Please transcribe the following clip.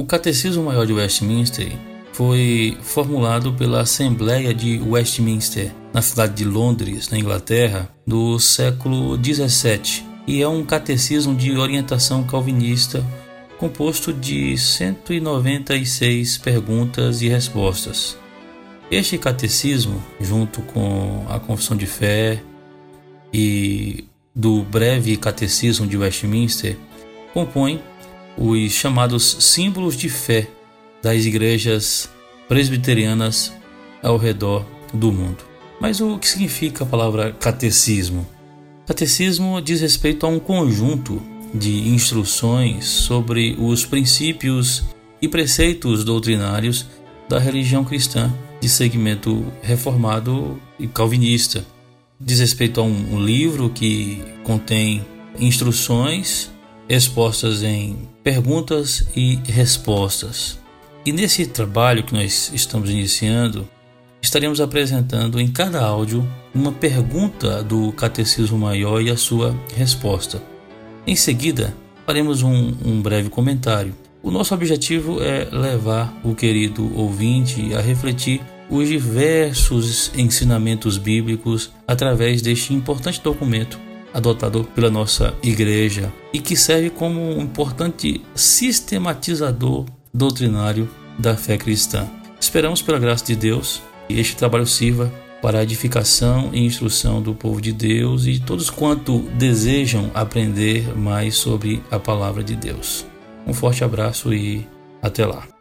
O Catecismo Maior de Westminster foi formulado pela Assembleia de Westminster, na cidade de Londres, na Inglaterra, do século XVII, e é um catecismo de orientação calvinista composto de 196 perguntas e respostas. Este catecismo, junto com a Confissão de Fé e do Breve Catecismo de Westminster, compõe os chamados símbolos de fé das igrejas presbiterianas ao redor do mundo. Mas o que significa a palavra catecismo? Catecismo diz respeito a um conjunto de instruções sobre os princípios e preceitos doutrinários da religião cristã de segmento reformado e calvinista. Diz respeito a um livro que contém instruções expostas em perguntas e respostas. E nesse trabalho que nós estamos iniciando, estaremos apresentando em cada áudio uma pergunta do Catecismo Maior e a sua resposta. Em seguida, faremos um breve comentário. O nosso objetivo é levar o querido ouvinte a refletir os diversos ensinamentos bíblicos através deste importante documento adotado pela nossa igreja e que serve como um importante sistematizador doutrinário da fé cristã. Esperamos, pela graça de Deus, que este trabalho sirva para a edificação e instrução do povo de Deus e todos quanto desejam aprender mais sobre a palavra de Deus. Um forte abraço e até lá.